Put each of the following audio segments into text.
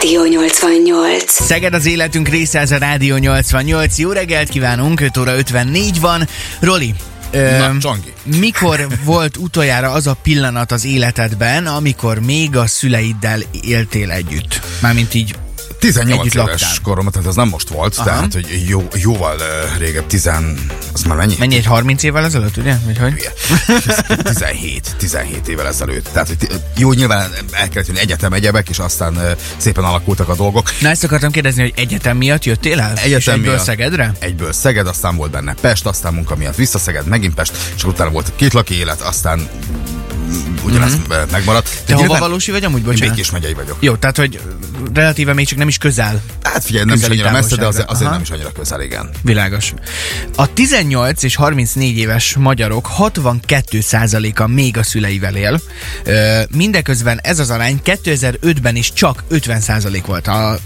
Rádió 88. Szeged az életünk része, ez a Rádió 88. Jó reggelt kívánunk, 5 óra 54 van. Roli, mikor volt utoljára az a pillanat az életedben, amikor még a szüleiddel éltél együtt? Mármint így 18 éves korom, tehát az nem most volt, tehát hogy jóval régebb, az már mennyi? Mennyi, egy 30 évvel ezelőtt, ugye? Vagy hogy? 17 évvel ezelőtt. Tehát, hogy jó, nyilván el kellett jönni egyetem, egyebek, és aztán szépen alakultak a dolgok. Na, ezt akartam kérdezni, hogy egyetem miatt jöttél el? Egyetem és egyből miatt, Szegedre? Egyből Szeged, aztán volt benne Pest, aztán munka miatt vissza Szeged, megint Pest, és utána volt két laki élet, aztán ugyanez megmaradt. Te hova valósi vagy amúgy, bocsánat? Békés megyei vagyok. Jó, tehát, hogy relatíve még csak nem is közel. Hát figyelj, nem is annyira messze, de azért nem is annyira közel, igen. Világos. A 18 és 34 éves magyarok 62%-a még a szüleivel él. Mindeközben ez az arány 2005-ben is csak 50% volt. A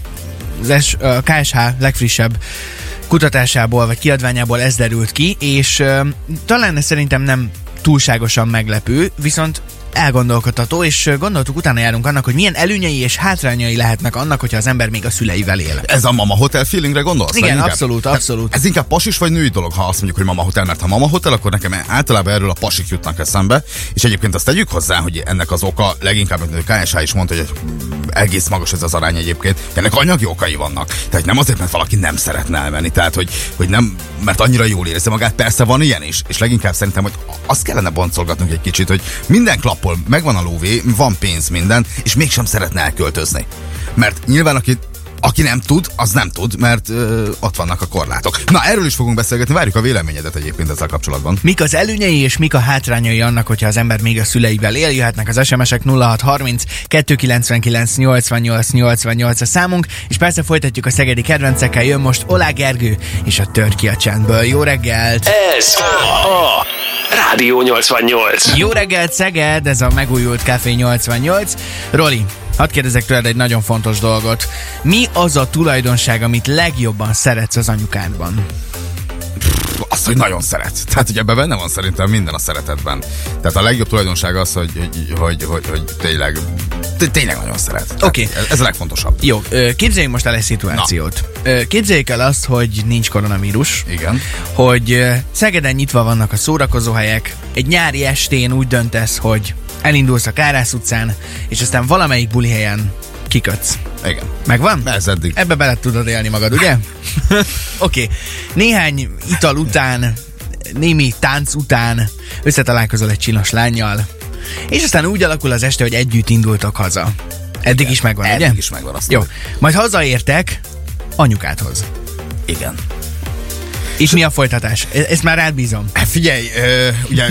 KSH legfrissebb kutatásából vagy kiadványából ez derült ki, és talán ez szerintem nem túlságosan meglepő, viszont elgondolkodtató, és gondoltuk, utána járunk annak, hogy milyen előnyei és hátrányai lehetnek annak, hogyha az ember még a szüleivel él. Ez a mama hotel feelingre gondolsz? Igen, abszolút. Ez inkább pasis vagy női dolog, ha azt mondjuk, hogy mama hotel, mert ha mama hotel, akkor nekem általában erről a pasik jutnak eszembe, és egyébként azt tegyük hozzá, hogy ennek az oka leginkább, mint a KSH is mondta, hogy egész magas ez az arány egyébként, ennek anyagi okai vannak. Tehát nem azért, mert valaki nem szeretne elmenni, tehát hogy nem, mert annyira jól érzi magát, persze van ilyen is, és leginkább szerintem, hogy azt kellene boncolgatnunk egy kicsit, hogy minden klappol megvan a lóvé, van pénz, minden, és mégsem szeretne elköltözni. Mert nyilván aki nem tud, az nem tud, mert ott vannak a korlátok. Na, erről is fogunk beszélgetni, várjuk a véleményedet egyébként ezzel kapcsolatban. Mik az előnyei és mik a hátrányai annak, hogyha az ember még a szüleivel él? Jöhetnek az SMS-ek 0630 299 88 88 a számunk, és persze folytatjuk a szegedi kedvencekkel, jön most Olá Gergő és a Tör ki a csendből. Jó reggelt! Ez a Rádió 88. Jó reggelt, Szeged, ez a megújult Café 88. Roli, hadd kérdezek tőled egy nagyon fontos dolgot. Mi az a tulajdonság, amit legjobban szeretsz az anyukádban? Azt, hogy nagyon szeret. Tehát, hogy ebben benne van szerintem minden a szeretetben. Tehát a legjobb tulajdonság az, hogy tényleg nagyon szeret. Oké. Ez a legfontosabb. Jó, képzeljünk most el egy szituációt. Képzeljük el azt, hogy nincs koronavírus. Igen. Hogy Szegeden nyitva vannak a szórakozóhelyek. Egy nyári estén úgy döntesz, hogy elindulsz a Kárász utcán, és aztán valamelyik bulihelyen kikötsz. Igen. Megvan? Ez eddig. Ebbe bele tudod élni magad, ugye? Oké. Néhány ital után, némi tánc után összetalálkozol egy csinos lánnyal, és aztán úgy alakul az este, hogy együtt indultok haza. Eddig is megvan, ugye? Eddig is megvan. Azt jó. Majd hazaértek anyukádhoz. Igen. És mi a folytatás? Ezt már rád bízom. Figyelj, ugye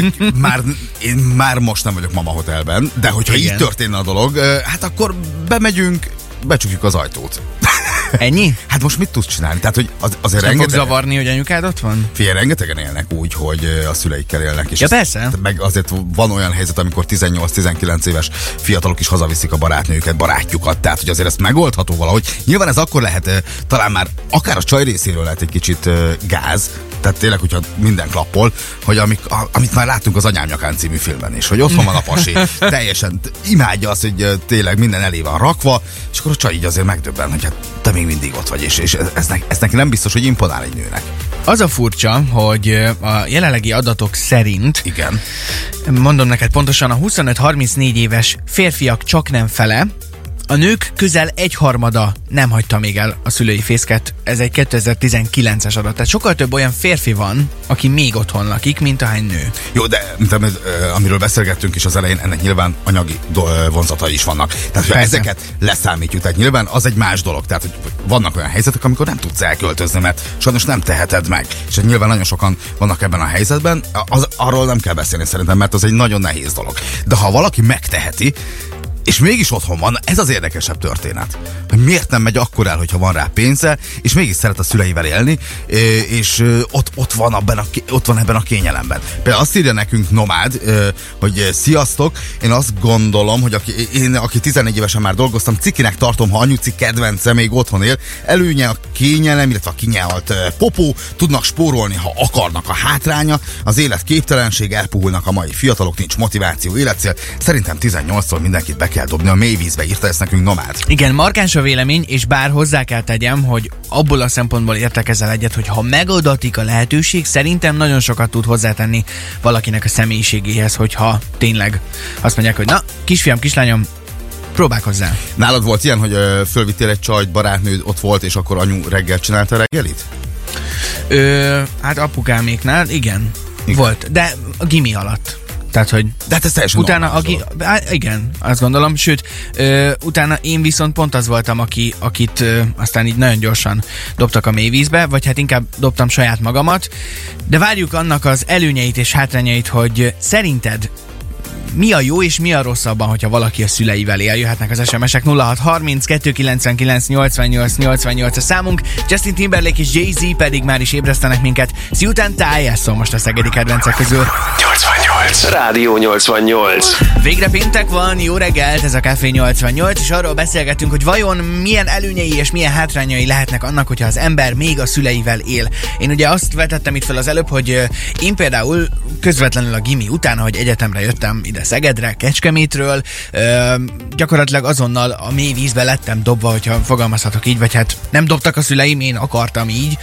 én már most nem vagyok mama hotelben, de hogyha így történne a dolog, hát akkor bemegyünk, becsukjuk az ajtót. Ennyi? Hát most mit tudsz csinálni? Tehát, hogy azért nem fog zavarni, hogy anyukád ott van? Figyelj, rengetegen élnek úgy, hogy a szüleikkel élnek. És ja, persze. Meg azért van olyan helyzet, amikor 18-19 éves fiatalok is hazaviszik a barátnőket, barátjukat. Tehát, hogy azért ez megoldható valahogy. Nyilván ez akkor lehet, talán már akár a csaj részéről lehet egy kicsit gáz, tehát tényleg, hogyha minden klappol, hogy amit már láttunk az Anyám nyakán című filmben is, hogy otthon van a pasi, teljesen imádja azt, hogy tényleg minden elé van rakva, és akkor a csaj így azért megdöbben, hogy hát te még mindig ott vagy, és ez neki nem biztos, hogy imponál egy nőnek. Az a furcsa, hogy a jelenlegi adatok szerint, igen, mondom neked pontosan, a 25-34 éves férfiak csak nem fele, a nők közel 1/3 nem hagyta még el a szülői fészket. Ez egy 2019-es adat. Tehát sokkal több olyan férfi van, aki még otthon lakik, mint ahány nő. Jó, de amiről beszélgettünk is az elején, ennek nyilván anyagi vonzatai is vannak. Tehát, hogy ezeket leszámítjuk. Tehát nyilván az egy más dolog. Tehát, hogy vannak olyan helyzetek, amikor nem tudsz elköltözni, mert sajnos nem teheted meg. És nyilván nagyon sokan vannak ebben a helyzetben. Arról nem kell beszélni szerintem, mert az egy nagyon nehéz dolog. De ha valaki megteheti, és mégis otthon van, ez az érdekesebb történet. Hogy miért nem megy akkor el, hogyha van rá pénze, és mégis szeret a szüleivel élni, és ott van ebben a kényelemben. Például azt írja nekünk Nomád, hogy sziasztok, én azt gondolom, hogy aki 14 évesen már dolgoztam, cikinek tartom, ha anyuci kedvence még otthon él, előnye a kényelem, illetve a kinyált popó, tudnak spórolni, ha akarnak. A hátránya, az élet képtelenség, elpuhulnak a mai fiatalok, nincs motiváció, életcél. Szerintem 18-szor mindenkit be kell dobni a mélyvízbe, írta ezt nekünk Nomád. Igen, markáns a vélemény, és bár hozzá kell tegyem, hogy abból a szempontból értek ezzel egyet, hogy ha megadatik a lehetőség, szerintem nagyon sokat tud hozzátenni valakinek a személyiségéhez, hogyha tényleg azt mondják, hogy na, kisfiam, kislányom, próbálkozzál. Nálad volt ilyen, hogy fölvittél egy csajt, barátnőd ott volt, és akkor anyu reggel csinálta a reggelit? Hát apukáméknál, igen, volt, de a gimi alatt. Tehát, hogy de hát ez teljesen utána igen, azt gondolom, sőt, utána én viszont pont az voltam, akit aztán így nagyon gyorsan dobtak a mélyvízbe, vagy hát inkább dobtam saját magamat, de várjuk annak az előnyeit és hátrányait, hogy szerinted mi a jó és mi a rossz abban, hogyha valaki a szüleivel él? Jöhetnek az SMS-ek 0630 299 88 88 a számunk. Justin Timberlake és Jay-Z pedig már is ébresztenek minket. Szia tájjászol most a szegedi kedvencek közül. 88. Rádió 88. Végre péntek van, jó reggelt, ez a Café 88, és arról beszélgetünk, hogy vajon milyen előnyei és milyen hátrányai lehetnek annak, hogyha az ember még a szüleivel él. Én ugye azt vetettem itt fel az előbb, hogy én például közvetlenül a gimi után, hogy egyetemre jöttem ide Szegedre, Kecskemétről, gyakorlatilag azonnal a mély vízbe lettem dobva, hogyha fogalmazhatok így, vagy hát nem dobtak a szüleim, én akartam így.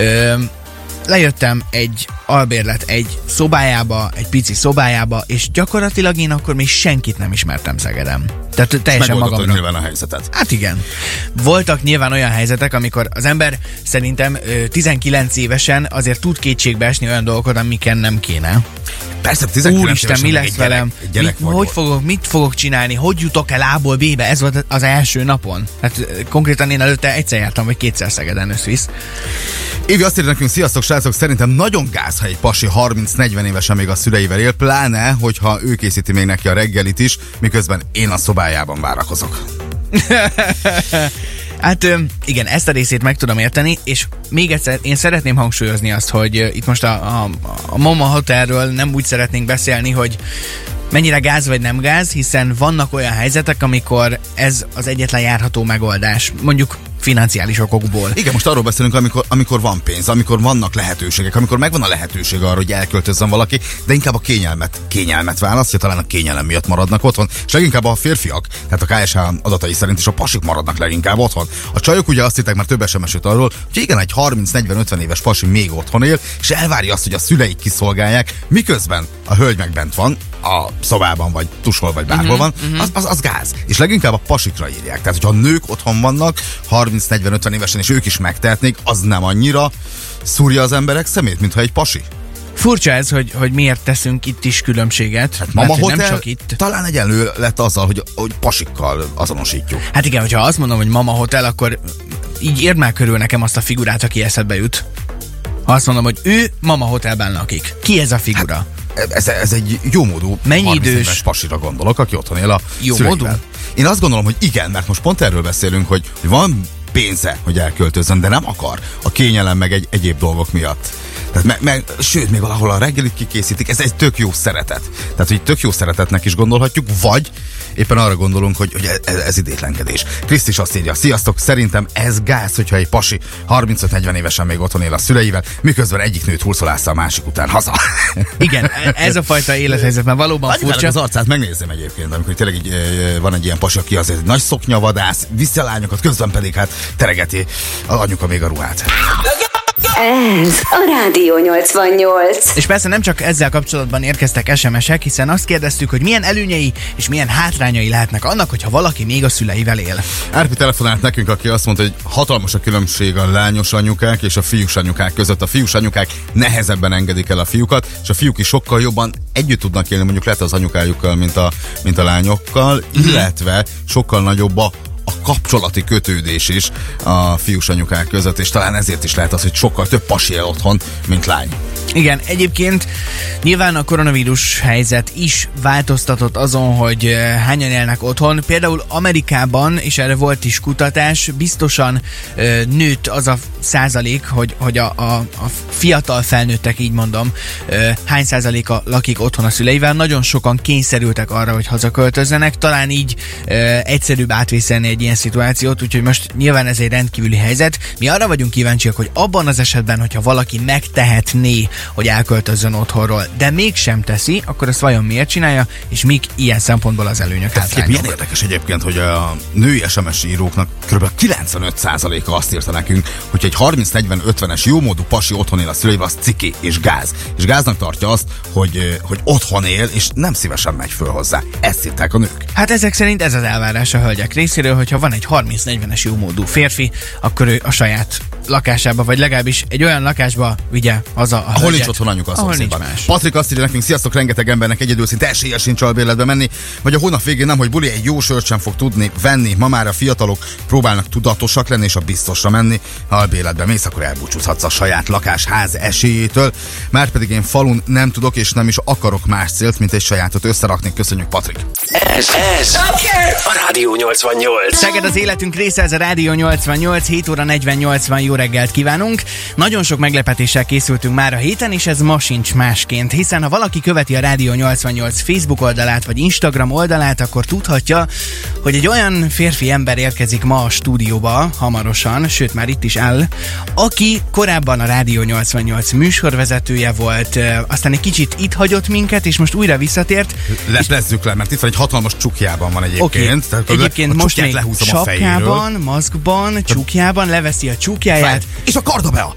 Lejöttem egy albérlet egy szobájába, egy pici szobájába, és gyakorlatilag én akkor még senkit nem ismertem Szegeden. Tehát teljesen magamnak. Nyilván a helyzetet. Hát igen. Voltak nyilván olyan helyzetek, amikor az ember szerintem 19 évesen azért tud kétségbe esni olyan dolgokat, amiken nem kéne. Persze, 19 Úristen, mi lesz velem? Mit fogok csinálni? Hogy jutok el A-ból B-be? Ez volt az első napon. Hát konkrétan én előtte egyszer jártam, vagy kétszer Szegeden összvisz. Évi azt írja nekünk, sziasztok srácok, szerintem nagyon gáz, ha egy pasi 30-40 évesen még a szüleivel él, pláne, hogyha ő készíti még neki a reggelit is, miközben én a szobájában várakozok. Hát igen, ezt a részét meg tudom érteni, és még egyszer én szeretném hangsúlyozni azt, hogy itt most a Mama Hotelről nem úgy szeretnénk beszélni, hogy mennyire gáz vagy nem gáz, hiszen vannak olyan helyzetek, amikor ez az egyetlen járható megoldás. Mondjuk financiális okokból. Igen, most arról beszélünk, amikor van pénz, amikor vannak lehetőségek, amikor megvan a lehetőség arra, hogy elköltözzön valaki, de inkább a kényelmet választja, talán a kényelem miatt maradnak otthon. És leginkább a férfiak, tehát a KSH adatai szerint is a pasik maradnak leginkább otthon. A csajok ugye azt hitták, már több SMS jött arról, hogy igen, egy 30-40-50 éves pasi még otthon él, és elvárja azt, hogy a szüleik kiszolgálják, miközben a hölgy meg bent van, a szobában, vagy tushol, vagy bárhol van, az gáz. És leginkább a pasikra írják. Tehát, hogyha a nők otthon vannak, 30-40-50 évesen, és ők is megtehetnék, az nem annyira szúrja az emberek szemét, mintha egy pasi. Furcsa ez, hogy miért teszünk itt is különbséget. Hát Mama Hotel nem csak itt. Talán egyenlő lett azzal, hogy pasikkal azonosítjuk. Hát igen, hogyha azt mondom, hogy Mama Hotel, akkor így érd már körül nekem azt a figurát, aki eszedbe jut. Ha azt mondom, hogy ő Mama Hotelben lakik. Ki ez a figura? Hát, ez egy jómódú 30 éves pasira gondolok, aki otthon él a szüleivel. Én azt gondolom, hogy igen, mert most pont erről beszélünk, hogy van pénze, hogy elköltözzön, de nem akar a kényelem meg egyéb dolgok miatt. Tehát sőt, még valahol a reggelit kikészítik, ez egy tök jó szeretet. Tehát, hogy tök jó szeretetnek is gondolhatjuk, vagy éppen arra gondolunk, hogy ez idétlenkedés. Kriszt is azt írja, sziasztok, szerintem ez gáz, hogyha egy pasi 35-40 évesen még otthon él a szüleivel, miközben egyik nőt hurcolásza a másik után haza. Igen, ez a fajta élethelyzet, mert valóban furcsa. Az arcát megnézem egyébként, amikor tényleg így, van egy ilyen pasi, aki azért egy nagy szoknyavadász, viszi a lányokat, közben pedig hát teregeti az anyuka még a ruhát. Ez a Rádió 88. És persze nem csak ezzel kapcsolatban érkeztek SMS-ek, hiszen azt kérdeztük, hogy milyen előnyei és milyen hátrányai lehetnek annak, hogyha valaki még a szüleivel él. Árpi telefonált nekünk, aki azt mondta, hogy hatalmas a különbség a lányos anyukák és a fiús anyukák között. A fiús anyukák nehezebben engedik el a fiúkat, és a fiúk is sokkal jobban együtt tudnak élni, mondjuk lehet az anyukájukkal, mint a lányokkal, illetve sokkal nagyobb a kapcsolati kötődés is a fiús anyukák között, és talán ezért is lehet az, hogy sokkal több pasi él otthon, mint lány. Igen, egyébként nyilván a koronavírus helyzet is változtatott azon, hogy hányan élnek otthon. Például Amerikában, és erre volt is kutatás, biztosan nőtt az a százalék, hogy a fiatal felnőttek, így mondom, hány százaléka lakik otthon a szüleivel. Nagyon sokan kényszerültek arra, hogy hazaköltözzenek, talán így egyszerűbb átvészelni egy ilyen szituációt, úgyhogy most nyilván ez egy rendkívüli helyzet. Mi arra vagyunk kíváncsiak, hogy abban az esetben, hogyha valaki megtehetné hogy elköltözzön otthonról, de mégsem teszi, akkor ezt vajon miért csinálja, és mik ilyen szempontból az előnyök, hátrányok? Milyen érdekes egyébként, hogy a női SMS íróknak kb. 95%-a azt írta nekünk, hogy egy 30-40-50-es jómódú pasi otthon él a szüleivel, az ciki és gáz. És gáznak tartja azt, hogy otthon él, és nem szívesen megy föl hozzá. Ezt hitták a nők. Hát ezek szerint ez az elvárás a hölgyek részéről, hogyha van egy 30-40-es jómódú férfi, akkor ő a saját lakásába, vagy legalábbis egy olyan lakásba vigye haza a hölgyet. Ahol nincs otthon anyuka a szomszédban. Patrik azt írja nekünk, sziasztok, rengeteg embernek egyedül szinte esélye sincs albérletbe menni, vagy a hónap végén nem, hogy buli egy jó sört sem fog tudni venni. Ma már a fiatalok próbálnak tudatosak lenni és a biztosra menni. Ha albérletbe mész, akkor elbúcsúzhatsz a saját lakásház esélyétől. Márpedig én falun nem tudok és nem is akarok más célt, mint egy sajátot összerakni. Köszönjük, Patrik. Ez a Rádió 88. Szeged az életünk része, ez a Rádió 88, 7 óra 48 van, jó reggelt kívánunk. Nagyon sok meglepetéssel készültünk már a héten, és ez ma sincs másként, hiszen ha valaki követi a Rádió 88 Facebook oldalát vagy Instagram oldalát, akkor tudhatja, hogy egy olyan férfi ember érkezik ma a stúdióba hamarosan, sőt már itt is áll, aki korábban a Rádió 88 műsorvezetője volt, aztán egy kicsit itt hagyott minket, és most újra visszatért. Leplezzük le, mert itt van egy hatalmas csukjában van egyébként. Okay. Egyébként most még sapkában, maszkban, csukjában, leveszi a csukjáját. És a kardabea!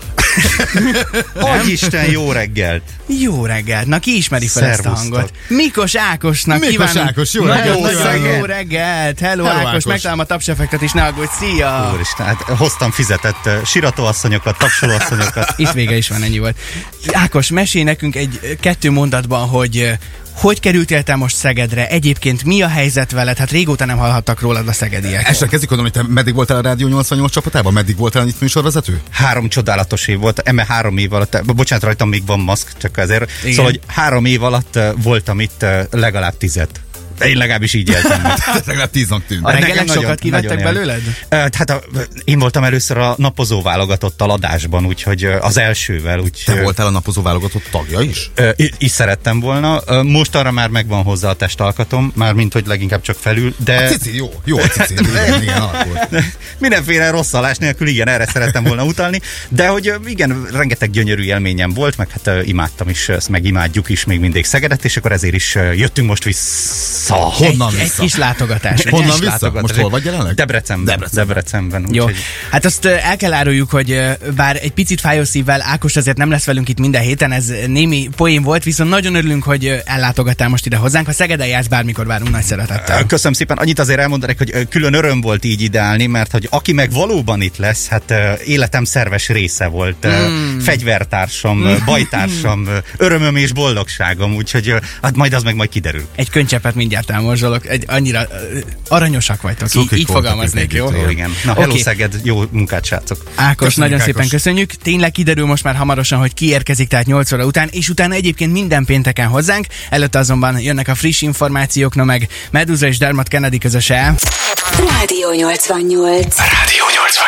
Isten, jó reggelt! Jó reggelt! Na, ki ismeri fel ezt a hangot? Mikos Ákosnak Mikos Ákos, jó reggelt! Nagyon jó reggelt! Hello Ákos, megtalálom a tapseffektet is, ne aggódj, szia! Úristen, hát hoztam fizetett siratóasszonyokat, tapsolóasszonyokat. Itt vége is van, ennyi volt. Ákos, mesélj nekünk kettő mondatban, hogy kerültél te most Szegedre? Egyébként mi a helyzet veled? Hát régóta nem hallhattak rólad a szegediek. Ezt kezdjük gondolni, hogy te meddig voltál a Rádió 88 csapatában? Meddig voltál itt műsorvezető? 3 csodálatos év volt, 3 év alatt, bocsánat, rajtam még van maszk, csak ezért. Igen. Szóval, hogy 3 év alatt voltam itt legalább 10. Én legalábbis így éltem meg. Legalább 10-nak tűnt. A reggelek sokat kivettek belőled? Hát én voltam először a napozó válogatottal adásban, úgyhogy az elsővel. Te voltál a napozó válogatott tagja is? Is szerettem volna. Most arra már megvan hozzá a testalkatom, már mint hogy leginkább csak felül, de... A cici, jó a cici. Igen, mindenféle rossz alás nélkül, igen, erre szerettem volna utalni, de hogy igen, rengeteg gyönyörű élményem volt, meg hát imádtam is, ezt meg imádjuk is még mindig Szegedet, és akkor ezért is jöttünk most vissza. Honnan vissza? Egy kis látogatás. Honnan vissza? Most hol vagy jelenleg? Debrecenben. Jó. Hát azt el kell áruljuk, hogy bár egy picit fájó szívvel Ákos azért nem lesz velünk itt minden héten, ez némi poén volt, viszont nagyon örülünk, hogy ellátogattál most ide hozzánk. Ha Szegeden jársz, bármikor várunk nagy szeretettel. Köszönöm szépen. Annyit azért elmondanék, hogy külön öröm volt így ideálni, mert hogy aki meg valóban itt lesz, hát életem szerves része volt. Fegyvertársam, bajtársam, örömöm és boldogságom, úgyhogy hát majd kiderül. Egy könycsepet mindjárt elmorzsolok, annyira aranyosak vagytok, így fogalmaznék, jó? Igen. Na, hello Szeged, jó munkát, srácok. Ákos, nagyon szépen köszönjük. Tényleg kiderül most már hamarosan, hogy ki érkezik, tehát 8 óra után, és utána egyébként minden pénteken hozzánk. Előtte azonban jönnek a friss információk, meg Meduza és Dermot Kennedy közöse. Rádió 88. Rádió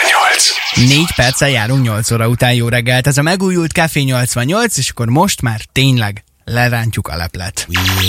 88. 4 perccel járunk 8 óra után, jó reggelt. Ez a megújult Café 88, és akkor most már tényleg lerántjuk a leplet.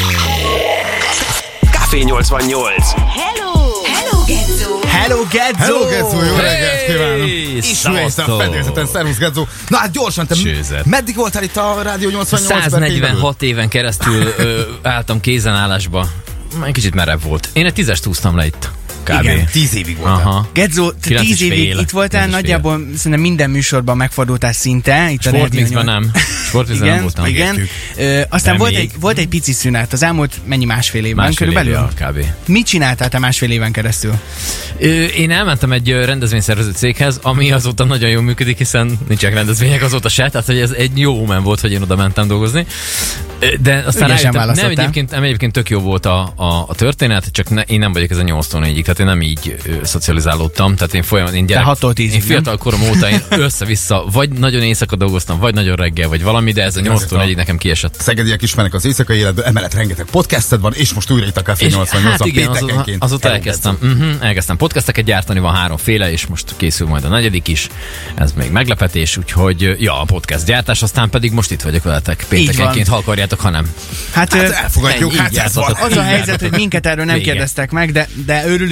Café 88. Hello, Gedzo! Hello, Gedzo! Hello, Gedzo, jó reggelt kívánok! Ismét a fedélzeten, szervusz, Gedzo! Na hát gyorsan, te meddig voltál itt a Rádió 88? 146 éven keresztül álltam kézenállásba. Egy kicsit merev volt. Én egy 10-est húztam le itt. Kb. Igen, 10 évig voltál. Gedzo, 10 évig itt voltál, nagyjából szerintem minden műsorban megfordultál szinte. Sportvízben nem. Sportvízben nem voltam. Igen. Aztán volt egy pici szünet, az elmúlt másfél évben körülbelül? Kb. Mit csináltál te másfél éven keresztül? Én elmentem egy rendezvényszervező céghez, ami azóta nagyon jól működik, hiszen nincsenek rendezvények azóta se, tehát hogy ez egy jó moment volt, hogy én oda mentem dolgozni. De aztán rájöttem, egyébként tök jó volt a történet, csak én nem vagyok ez a 8-tól 4-ig, tehát én nem így szocializálódtam, tehát én fiatal korom óta én össze-vissza, vagy nagyon éjszaka dolgoztam, vagy nagyon reggel, vagy valami, de ez a 8-tól 4-ig nekem kiesett. Szegediek ismernek az éjszakai életből, emellett rengeteg podcasted van, és most újra itt a Café 88-ban hát igen, azóta elkezdtem podcasteket gyártani, van 3 féle, és most készül majd a 4. is, ez még meglepetés, úgyhogy a podcast gyártás, aztán pedig most itt vagyok veletek péntekenként, ha akarjátok, ha nem. Hát elfogadjuk, az a helyzet, hogy minket erről nem kérdeztek meg, de örülünk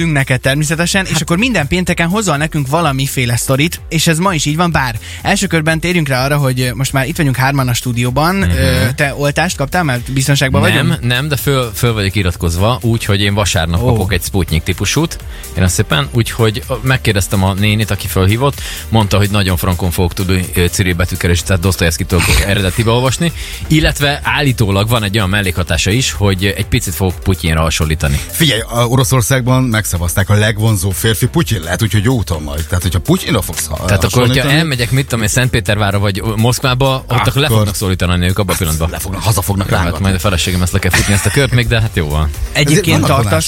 örülünk neked természetesen, és akkor minden pénteken hozol nekünk valamiféle sztorit, és ez ma is így van, bár első körben térjünk rá arra, hogy most már itt vagyunk hárman a stúdióban. Te oltást kaptál, mert biztonságban vagyunk? Nem, de föl vagyok iratkozva, úgyhogy én vasárnap kapok egy Sputnik típusút, én azt szépen, úgyhogy megkérdeztem a nénit, aki fölhívott, mondta, hogy nagyon frankon fogok tudni Cyril betűkkel és tehát Dostoyevskitől eredetibe olvasni, illetve állítólag van egy olyan mellékhatása is, hogy egy picit fogok Putyinra hasonlítani. Figyelj, Oroszországban megszavazták a legvonzóbb férfi Putyin, lehet, úgyhogy jó úton majd. Tehát, hogyha Putyinra fogsz tehát akkor, hogyha elmegyek, mit tudom én, Szentpétervárra vagy Moszkvába, ott akkor le fognak szólítani ők abban a pillanatban. Haza fognak rángatni. Hát majd a feleségem ezt le kell futni ezt a kört még, de hát jó van. Egyébként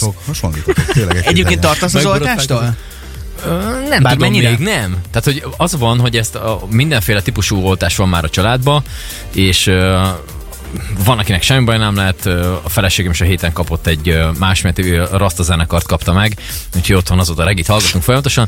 tartasz az oltástól? Nem tudom még, nem. Tehát, hogy az van, hogy ezt mindenféle típusú oltás van már a családban, és van, akinek semmi baj nem lehet, a feleségem is a héten kapott egy másmilyen Rasta zenekart kapta meg, úgyhogy otthon azóta regit hallgatunk folyamatosan,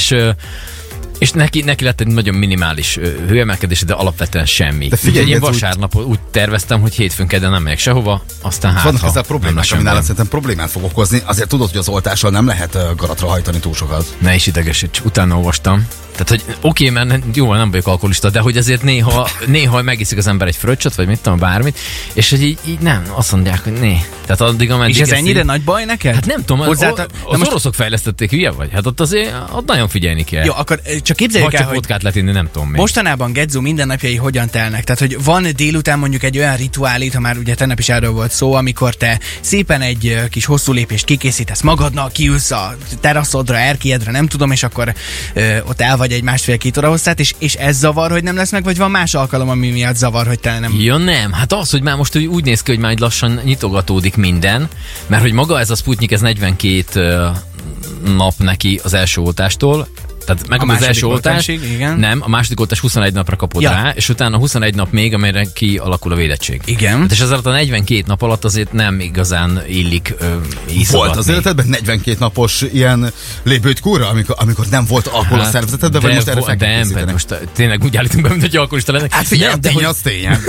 és neki lett egy nagyon minimális hőemelkedés, de alapvetően semmi. De figyelj, én vasárnap úgy terveztem, hogy hétfőn kedden nem megyek sehova, aztán hát vannak ezzel problémák, ami nálam szerintem problémát fog okozni. Azért tudod, hogy az oltással nem lehet garatra hajtani túl sokat. Ne is idegesíts, utána olvastam. Tehát, hogy oké, mert jó, nem vagyok alkoholista, de hogy azért néha megiszik az ember egy fröccsöt, vagy mit tudom, bármit, és hogy így nem, azt mondják, hogy né. Tehát addig, ameddig. És ez ennyire nagy baj neked? Hát nem tudom, az oroszok fejlesztették, hülye vagy? Hát ott azért nagyon figyelni kell. Jó, akkor csak képzeljük el, hogy vodkát lehet inni, nem tudom még. Mostanában Gedzó mindennapjai hogyan telnek? Tehát, hogy van délután mondjuk egy olyan rituálét, ha már ugye tegnap is erről volt szó, amikor te szépen egy kis hosszú lépést kikészítesz magadnak, kiülsz a teraszodra, erkélyedre, nem tudom, és akkor ott el vagy egy másfél-két óra hosszát, és ez zavar, hogy nem lesz meg, vagy van más alkalom, ami miatt zavar, hogy te nem... Ja nem, hát az, hogy már most úgy néz ki, hogy már lassan nyitogatódik minden, mert hogy maga ez a Sputnik, ez 42 nap neki az első oltástól, tehát meg az első oltás, nem, a második oltás 21 napra kapod rá, és utána 21 nap még, amelyre kialakul a védettség. Igen. Hát és ez alatt a 42 nap alatt azért nem igazán illik iszogatni. Volt az életedben 42 napos ilyen lébőgykúra, amikor nem volt alkohol a szervezetedben, vagy most erre fel kell készíteni? Nem, most tényleg úgy állítunk be, mint hogy alkoholista lennek. Hát figyelj, tény az tényleg.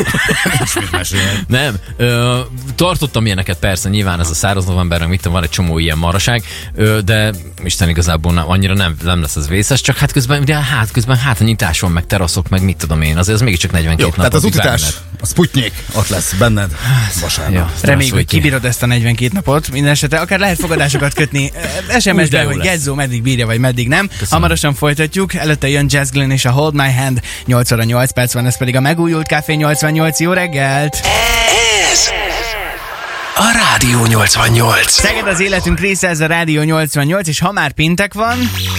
Nem, tartottam ilyeneket persze, nyilván ez a száraz novemberben, mit van egy csomó ilyen maraság, de Isten igazából annyira nem lesz ez vészes, csak hát közben a nyitás van, meg teraszok, meg mit tudom én, azért ez mégiscsak 42 nap. Tehát az utitás, a Sputnik ott lesz benned vasárnap. Ja, reméljük, hogy kibírod ezt a 42 napot, minden esetre akár lehet fogadásokat kötni SMS-ben, hogy Gedzó meddig bírja, vagy meddig nem. Köszönöm. Hamarosan folytatjuk, előtte jön Jazz Glenn és a Hold My Hand, 8 óra 8 perc van, ez pedig a megújult Café 88. Jó reggelt! Ez a Rádió 88. Szeged az életünk része, ez a Rádió 88, és ha már péntek van...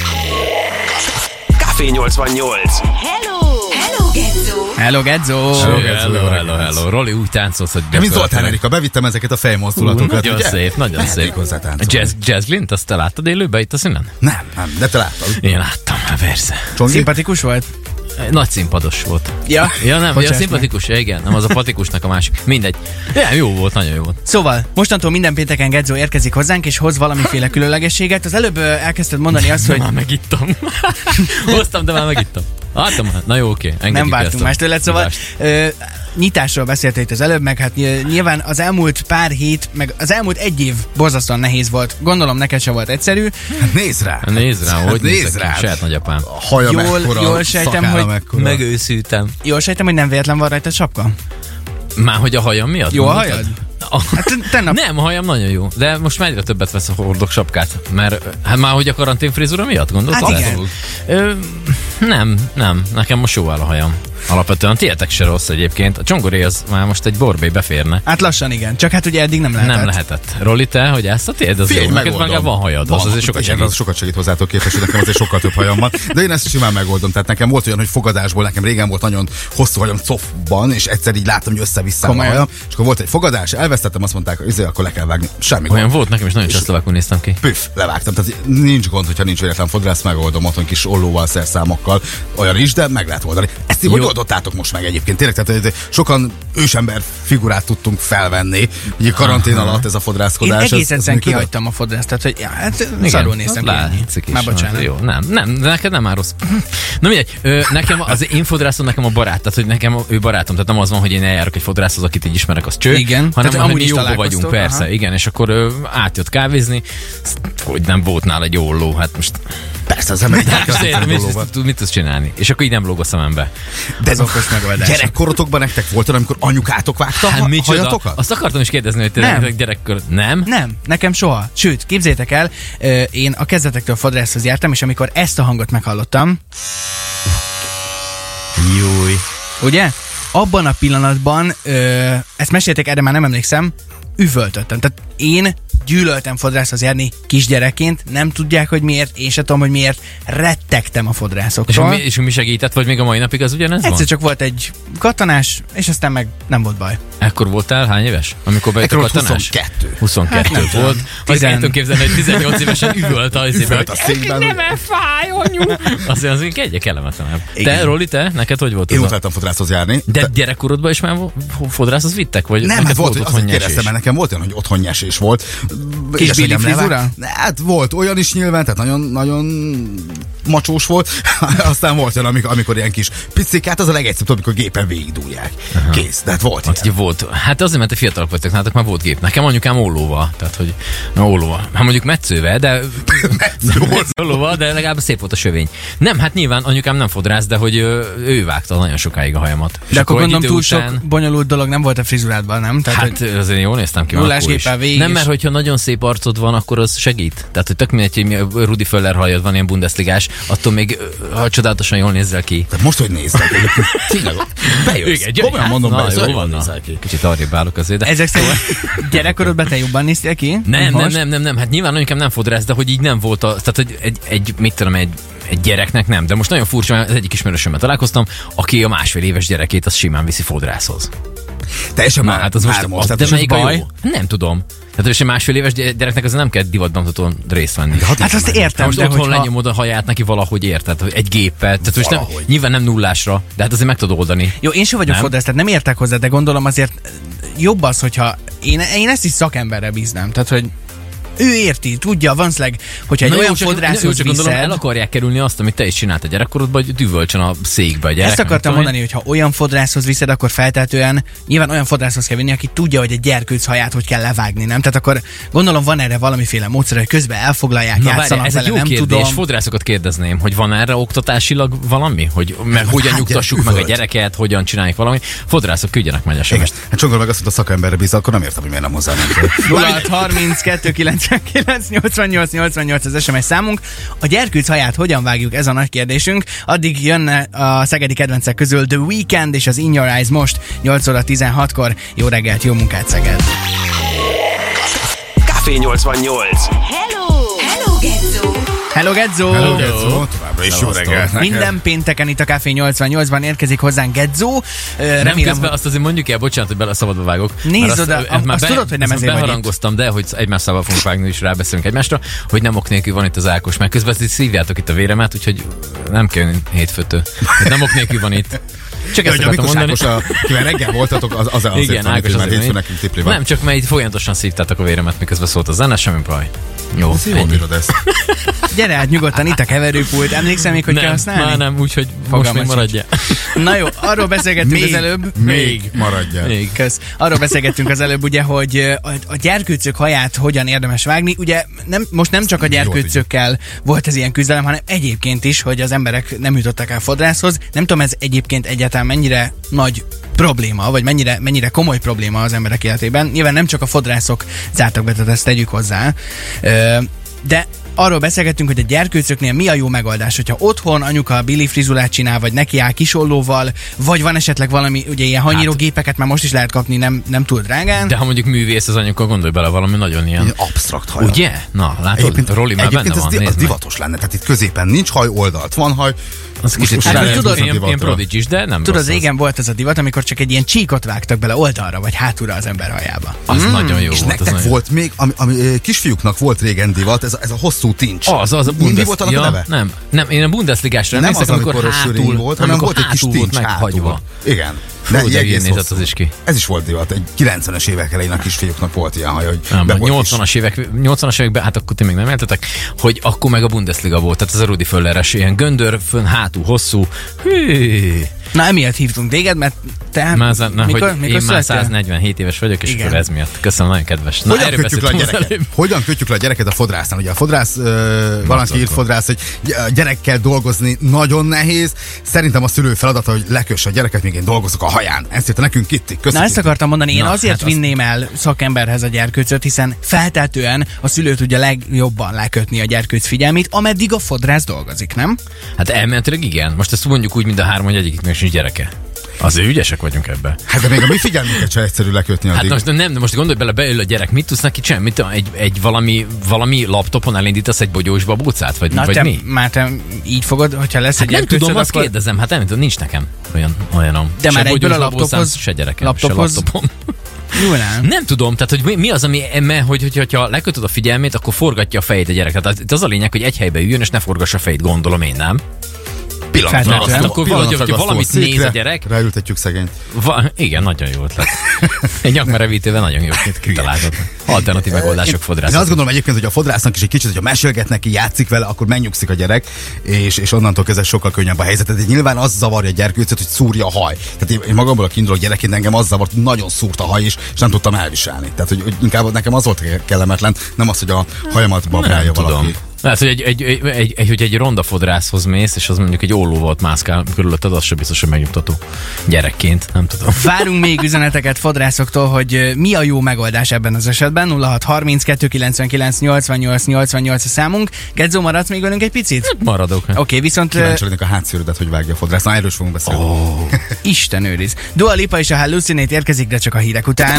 Café 88. Hello, Gedzó! Hello, Gedzó! Hello. Roli úgy táncolt, hogy... De mint Zoltán Erika, bevittem ezeket a fejmozdulatokat. Nagyon szép. Jazz Glint, azt te láttad élőben itt a színen? Nem, de te láttad. Én láttam, persze. Szimpatikus volt? Nagy színpados volt. Ja nem, a szimpatikus, igen, nem az a patikusnak a másik. Mindegy. Ja, jó volt, nagyon jó volt. Szóval, mostantól minden pénteken Gedzó érkezik hozzánk, és hoz valamiféle különlegességet. Az előbb elkezdted mondani azt, hogy... Már megittam. Hoztam, de már megittam. Láttam, na jó, oké. Nem vártunk más tőled, szóval nyitásról beszéltél itt az előbb, meg hát nyilván az elmúlt pár hét, meg az elmúlt egy év borzasztóan nehéz volt. Gondolom neked sem volt egyszerű. Nézd rá, hogy nézd rá. Saját nagyapám. Haja jól sejtem, hogy megőszültem. Jól sejtem, hogy nem véletlen van rajta sapka. Már hogy a hajam miatt? Jó a hajad? Nem, a hajam nagyon jó, de most már egyre többet vesz a hordok sapkát, mert hát már hogy a karantén frizura miatt gondoltad? Hát igen. Nem, nekem most jó áll a hajam. Alapvetően tietek se rossz egyébként. A csongoré az már most egy borbé beférne. Hát lassan igen, csak hát ugye eddig nem lehetett. Nem lehetett. Roli, te, hogy ezt a tiéd az jó, neked meg van hajad, az azért sokat segít. Az sokat segít hozzátok képest, hogy nekem azért sokkal több hajam van. De én ezt simán megoldom. Tehát nekem volt olyan, hogy fogadásból, nekem régen volt nagyon hosszú hajam cofban, és egyszer így láttam, hogy össze-vissza a hajam. És akkor volt egy fogadás, elvesztettem, azt mondták, hogy akkor le kell vágni. Semmi olyan gond. Volt nekem is nagyon csasztavakul néztem ki. Püff, levágtam. Tehát nincs gond, hogyha nincs véletlen fodrász, megoldom otthon kis ollóval, szerszámokkal. Olyan is, de meg lehet oldani. Ezt így oldottátok most meg egyébként? Tényleg, tehát sokan ősember figurát tudtunk felvenni, ugye karantén alatt ez a fodrászkodás. Én egész egyszerűen kihagytam a fodrászt, tehát hogy szarul néztem ki. Már bocsánat. Jó, nem, neked nem már rossz. Na mindegy, nekem az én fodrászom, nekem a barát, tehát hogy nekem ő barátom, tehát nem az van, hogy én eljárok egy fodrászhoz, akit így ismerek, az cső, igen, hanem amúgy mi jóba vagyunk, persze, igen, és akkor átjött kávézni, hogy nem volt nála egy olló, hát most... Persze, az ember mit tudsz csinálni? És akkor így nem lóg a szemembe. De ez okos megoldás. Gyerekkorotokban nektek volt olyan, amikor anyukátok vágta hajatokat? Azt akartam is kérdezni, hogy tényleg gyerekkor... Nem? Nem, nekem soha. Sőt, képzétek el, én a kezdetektől fodrászhoz jártam, és amikor ezt a hangot meghallottam... Júj. Ugye? Abban a pillanatban, ezt mesélték, erre már nem emlékszem, üvöltöttem. Tehát én gyűlöltem fodrászhoz járni kisgyerekként, nem tudják, hogy miért, én sem tudom, hogy miért, rettegtem a fodrászoktól. És mi segített, vagy még a mai napig az ugyanez van? Egyszer csak volt egy katonás, és aztán meg nem volt baj. Ekkor voltál hány éves? Amikor bejött a katonás? 22 hát volt. Azt tudom képzelni, hogy 18 évesen üvölt a székben. Nem fáj, anyu! Azért az egy kellemetlenebb. Te, Roli, neked hogy volt? Én voltam fodrászhoz járni. De gyerekkorodban is már fodrászhoz vittek? Vagy nem, hát volt, azért kérdeztem, mert nekem volt olyan, hogy otthon nyesés volt. Kis Billy frizura? Hát volt olyan is nyilván, tehát nagyon macsós volt. Aztán volt olyan, amikor ilyen kis picik, hát az a legegyszerűbb, amikor gépen végigdúlják. Kész, de hát volt hát, volt. Hát azért, mert te fiatalok vagytok, nálatok már volt gép. Nekem anyukám ollóval, tehát hogy ollóval. Hát mondjuk metszővel, de ollóval, de legalább szép volt a sövény. Nem, hát nyilván anyukám nem fodrász, de hogy ő vágta nagyon sokáig a hajamat. De akkor gondolom túl sok bonyolult dolog nem volt a frizurádban, nem? Tehát, hát azért jól néztem ki. Nem, mert hogyha nagyon szép arcod van, akkor az segít. Tehát, hogy tök mindegy, hogy Rudi Föller hajad van, ilyen bundesligás, attól még ha csodálatosan jól nézzel ki. Tehát most, hogy nézzel ki, tényleg bejössz. Komolyan mondom, jól van. Kicsit arrébb állok azért. De... Ezek szerint gyerekkorodban te jobban néztél ki? Nem. Hát nyilván anyukám nem fodrász, de hogy így nem volt tehát, hogy egy gyereknek nem. De most nagyon furcsa, az egyik ismerősömmel találkoztam, aki a 1,5 éves gyerekét az simán viszi fodrászhoz. Teljesen már, hát az most de melyik a jó? Nem tudom. Tehát, hogy egy 1,5 éves gyereknek azért nem kell divatbemutatón részt venni. Hát azt értem. Most otthon lenyomod a haját neki valahogy, érted? Egy géppel. Tehát most nem, nyilván nem nullásra, de hát azért meg tudod oldani. Jó, én sem vagyok fodrász, tehát nem értek hozzá, de gondolom azért jobb az, hogyha én ezt is szakemberre bíznám. Tehát, hogy ő érti, tudja, vanszleg, hogyha egy olyan fodrászhoz viszed... Gondolom, el akarják kerülni azt, amit te is csináltad gyerekkorodban, hogy düvölcsön a székbe a gyerek. Ezt akartam mondani, hogy ha olyan fodrászhoz viszed, akkor feltétlenül nyilván olyan fodrászhoz kell vinni, aki tudja, hogy egy gyerkőc haját hogy kell levágni, nem? Tehát akkor gondolom van erre valamiféle módszer, hogy közben elfoglalják, játszanak vele, nem kérdés. Tudom. Fodrászokat kérdezném, hogy van erre oktatásilag valami? Hogy meg hogyan nyugtassuk meg a gyereket, hogyan csináljuk valami? Fodrászok küldjenek meg SMS-t. Hát Csongor meg azt mondta, szakemberre bízza, akkor nem értem, hogy miért nem hozzá. 0632 az SMS számunk. A gyerkőc haját hogyan vágjuk? Ez a nagy kérdésünk. Addig jönne a szegedi kedvencek közül The Weeknd és az In Your Eyes most 8 óra 16-kor. Jó reggelt, jó munkát, Szeged! Café 88. Hello, Gezzó! Hello, Gezzó! Hello, Gezzó! Továbbra is jó reggelt neked. Minden pénteken itt a Café 88-ban érkezik hozzánk Gezzó. Nem közben azt azért mondjuk el, bocsánat, hogy bele szabadba vágok. Nézd oda, azt tudod, hogy nem ezért beharangoztam, de hogy egymás szával fogunk vágni, és rábeszélünk egymásra, hogy nem ok nélkül van itt az Ákos, mert közben szívjátok itt a véremet, úgyhogy nem kell hétfőtől. Nem ok nélkül van itt. Csak ezt akartam mondani. Kivel reggel voltatok, az igen, Ákos már hétfőn nekünk tipli van. Nem, csak mert folyamatosan szívtátok a véremet, miközben szólt a zene, semmi baj. Jó, ezt. Gyere át nyugodtan, itt a keverőpult. Emlékszem még, hogy kell használni? Már nem, úgyhogy most még maradja. Na jó, arról beszélgettünk az előbb. Még maradja. Kösz. Arról beszélgettünk az előbb, ugye, hogy a gyerkőcök haját hogyan érdemes vágni. Ugye most nem csak a gyerkőcökkel volt ez ilyen küzdelem, hanem egyébként is, hogy az emberek nem jutottak el fodrászhoz. Nem tudom, ez egyébként egyáltalán mennyire nagy probléma, vagy mennyire komoly probléma az emberek életében. Nyilván nem csak a fodrászok zártak be, tehát ezt tegyük hozzá. De arról beszélgettünk, hogy a gyerkőcöknél mi a jó megoldás, hogyha otthon anyuka a Billy frizurát csinál, vagy neki áll kisollóval, vagy van esetleg valami, ugye ilyen hanyírógépeket már most is lehet kapni, nem túl drágán. De ha mondjuk művész az anyuka, gondolj bele, valami nagyon ilyen absztrakt haj. Ugye? Na, látod, Roli már benne van. Ez divatos lenne, tehát itt középen nincs haj, oldalt van haj. Az kicsit ilyen prodigy, de nem tudod, régen volt ez a divat, amikor csak egy ilyen csíkot vágtak bele oldalra, vagy hátulra az ember hajába. Az nagyon jó és volt. És nektek volt még, ami kisfiúknak volt régen divat, ez a hosszú hosszú tincs. Az a Mindig volt annak a neve? Nem, én a Bundesligásra nem az, amikor hátul volt, hanem volt egy kis tincs meghagyva. Igen. Fú, de ilyen nézett az is ki. Ez is volt divat. Egy 90-es évek elején a kisfiúknak volt ilyen haj, hogy 80-as években, hát akkor ti még nem éltetek, hogy akkor meg a Bundesliga volt, tehát ez a Rudi Völleres, ilyen göndör, fönn, hátul, hosszú. Hű. Na, emiatt hívtunk téged, mert te... Mikor én már 147 éves vagyok, és igen. Akkor ez miatt. Köszönöm, nagyon kedves. Hogyan kötjük le a gyereket a fodrásznál? Ugye a fodrász, valaki írt fodrász, hogy gyerekkel dolgozni nagyon nehéz. Szerintem a szülő feladata, hogy lekösse a gyereket, míg én dolgozok a haján. Ezt írta nekünk Kitty. Na, ezt akartam mondani, én azért vinném el szakemberhez a gyerkőcöt, hiszen feltetően a szülő tudja legjobban lekötni a gyerkőc figyelmét, ameddig a fodrász dolgozik, nem? Hát elméletileg igen. Most ezt mondjuk úgy, mind a hárman, hogy egyiknek is gyereke. Azért ügyesek vagyunk ebben. Hát de még a mi figyelmünket sem egyszerű lekötni addig. Hát most most gondolj bele, beül a gyerek, mit tudsz neki csinálni? Egy valami laptopon elindítasz egy bogyós babócát? Vagy mi? Már te így fogod, hogyha lesz egy gyerkőcöd, nem tudom, azt kérdezem, hát nem tudom, nincs nekem olyanom. De se már egyből a laptophoz, se gyerekem, se laptopom. Nem tudom, tehát hogy mi az, hogyha lekötöd a figyelmét, akkor forgatja a fejét a gyerek. Tehát az a lényeg, hogy egy helybe üljön, és ne forgassa a fejét, gondolom én, nem? Akkor valamit néz a gyerek. Ráültetjük szegényt. Igen, nagyon jó ötlet. Egy nyakmerevítővel nagyon jó kitaláltad. Alternatív megoldások fodrászat. Én azt gondolom egyébként, hogy a fodrásznak is egy kicsit, hogyha mesélget neki, játszik vele, akkor megnyugszik a gyerek, és onnantól kezdve sokkal könnyebb a helyzet. Tehát nyilván az zavarja a gyerkőcöt, hogy szúrja a haj. Tehát én magamból a kiindulok gyerekként, engem az zavart, hogy nagyon szúrt a haj, és nem tudtam elviselni. Tehát hogy inkább nekem az volt kellemetlen, nem az, hogy a hajamat babrálja valaki. Lehet, hogy egy ronda fodrászhoz mész, és az mondjuk egy ollóval mászkál körülötted, az sem biztos, hogy megnyugtató gyerekként, nem tudom. Várunk még üzeneteket fodrászoktól, hogy mi a jó megoldás ebben az esetben. 0632 99 88 88 a számunk. Gedzó, maradsz még velünk egy picit? Maradok. Oké, viszont... Kíváncsi lennék a hátszőrödet, hogy vágja a fodrász. Na, erről is fogunk beszélni. Isten őriz. Dua Lipa és a Hallucinate érkezik, de csak a hírek után.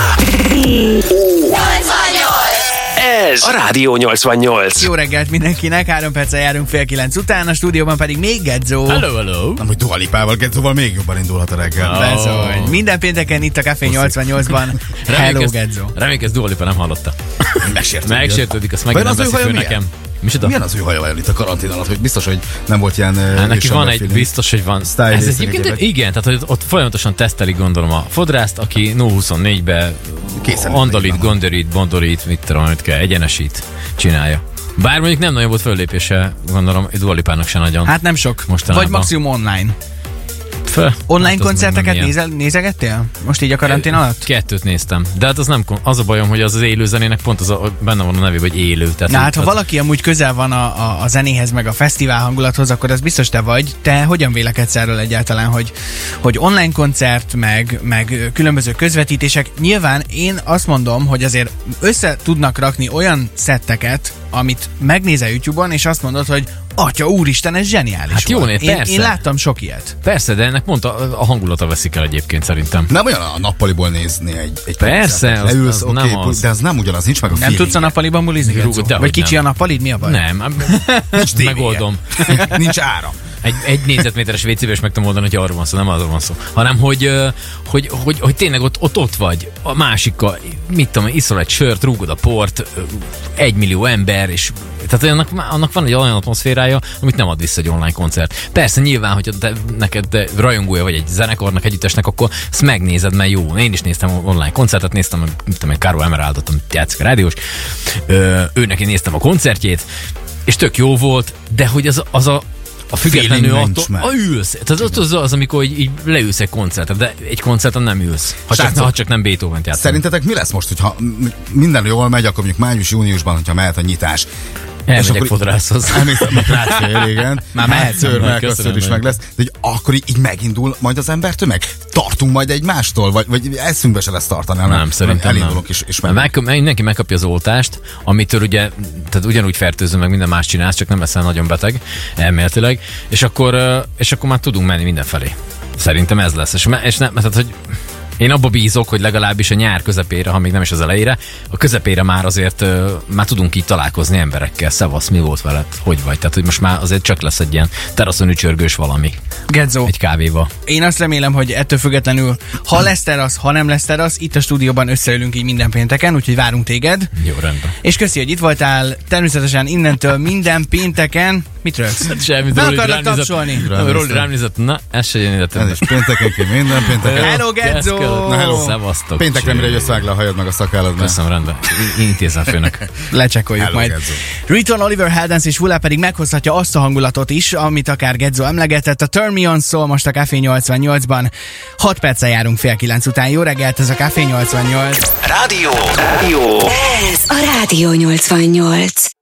Ez a Rádió 88. Jó reggelt mindenkinek, 3 perccel járunk 8:30 után, a stúdióban pedig még Gedzó. Hello. Nem, hogy Dua Lipával, Gedzóval még jobban indulhat a reggel. Bezony. Minden pénteken itt a Café 88-ban. Hello, Gedzó. Remélkezt Dua Lipa nem hallotta. Megsértődik, azt megint nem veszik ő nekem. Milyen az ő haja vajon itt a karantén alatt, hogy biztos, hogy nem volt ilyen... Neki van egy, biztos, hogy van. Ez egyébként, igen, tehát hogy ott folyamatosan tesztelik, gondolom, a fodrászt, aki 0-24-be andalít, gondorít, bondorít, mit tudom, amit kell, egyenesít, csinálja. Bár mondjuk nem nagyon volt föllépése, gondolom, Dua Lipának se nagyon. Hát nem sok. Mostanában. Vagy maximum online. Online hát koncerteket nézegettél? Most így a karantén alatt? 2 néztem. De hát az a bajom, hogy az élő zenének pont benne van a nevében, hogy élő. Tehát hát ha valaki amúgy közel van a zenéhez, meg a fesztivál hangulathoz, akkor ez biztos te vagy. Te hogyan vélekedsz erről egyáltalán, hogy online koncert, meg különböző közvetítések? Nyilván én azt mondom, hogy azért össze tudnak rakni olyan szetteket, amit megnézel YouTube-on, és azt mondod, hogy Atya úristen, ez zseniális. Hát jó, persze. Én láttam sok ilyet. Persze, de ennek pont a hangulata veszik el egyébként szerintem. Nem olyan a nappaliból nézni egy persze, leülsz, az nem az. De az nem ugyanaz, nincs meg a feeling. Nem tudsz a nappaliban bulizni? Vagy kicsi a nappalid, mi a baj? Nem, nincs megoldom. Nincs áram. Egy négyzetméteres WC-be is meg tudom oldani, hogy arról van szó, nem arról van szó. Hanem, hogy tényleg ott vagy a másikkal, mit tudom, iszol egy sört, rúgod a port, 1 millió ember, és tehát annak van egy olyan atmoszférája, amit nem ad vissza egy online koncert. Persze nyilván, hogy neked rajongója vagy egy zenekarnak, együttesnek, akkor ezt megnézed, mert jó. Én is néztem online koncertet, néztem, mit tudom, egy Carlo Emeraldot, amit játszik a rádiós. Őnek én néztem a koncertjét, és tök jó volt, de hogy az a függetlenül attól, ülsz. Tehát az, amikor így leülsz egy koncerten, de egy koncerten nem ülsz. Ha csak nem Beethoven-t játszol. Szerintetek mi lesz most, hogyha minden jól megy, akkor mondjuk május-júniusban, hogyha mehet a nyitás? Elmegyek fodrászhoz. Elmésztem a igen. Már mehetsz. Melkasször is meg lesz. De akkor így megindul majd az embertömeg? Tartunk majd egymástól? Vagy eszünkbe se lesz tartani? Nem, szerintem elindulunk és mindenki megkapja az oltást, amitől ugye, tehát ugyanúgy fertőző, meg minden más csinálsz, csak nem leszel nagyon beteg, elméletileg, és akkor már tudunk menni mindenfelé. Szerintem ez lesz. És nem, tehát, hogy Én abba bízok, hogy legalábbis a nyár közepére, ha még nem is az elejére, a közepére már azért már tudunk így találkozni emberekkel. Szevasz, mi volt veled? Hogy vagy? Tehát, hogy most már azért csak lesz egy ilyen teraszon ücsörgős valami. Gedzo. Egy kávéval. Én azt remélem, hogy ettől függetlenül, ha lesz terasz, ha nem lesz terasz, itt a stúdióban összeülünk így minden pénteken, úgyhogy várunk téged. Jó, rendben. És köszi, hogy itt voltál. Természetesen innentől minden pénteken. Mit rögsz? Semmit. Be akarlak tapsolni? Róli rám nézett, na, ez se jön ide. Ez is péntekenként, minden pénteken. Hello, Gedzo! Na, hello. Szevasztok. Péntekre, mire jössz, vág le a hajad meg a szakállat. Köszönöm, rendben. Intézem főnök. Lecsekkoljuk Hello, majd. Gedzo. Riton, Oliver Heldens és Wula pedig meghozhatja azt a hangulatot is, amit akár Gedzo emlegetett. A Turn Me On szól most a Café 88-ban. 6 perccel járunk 8:30 után. Jó reggelt, ez a Café 88. Rádió. Ez a Rádió 88.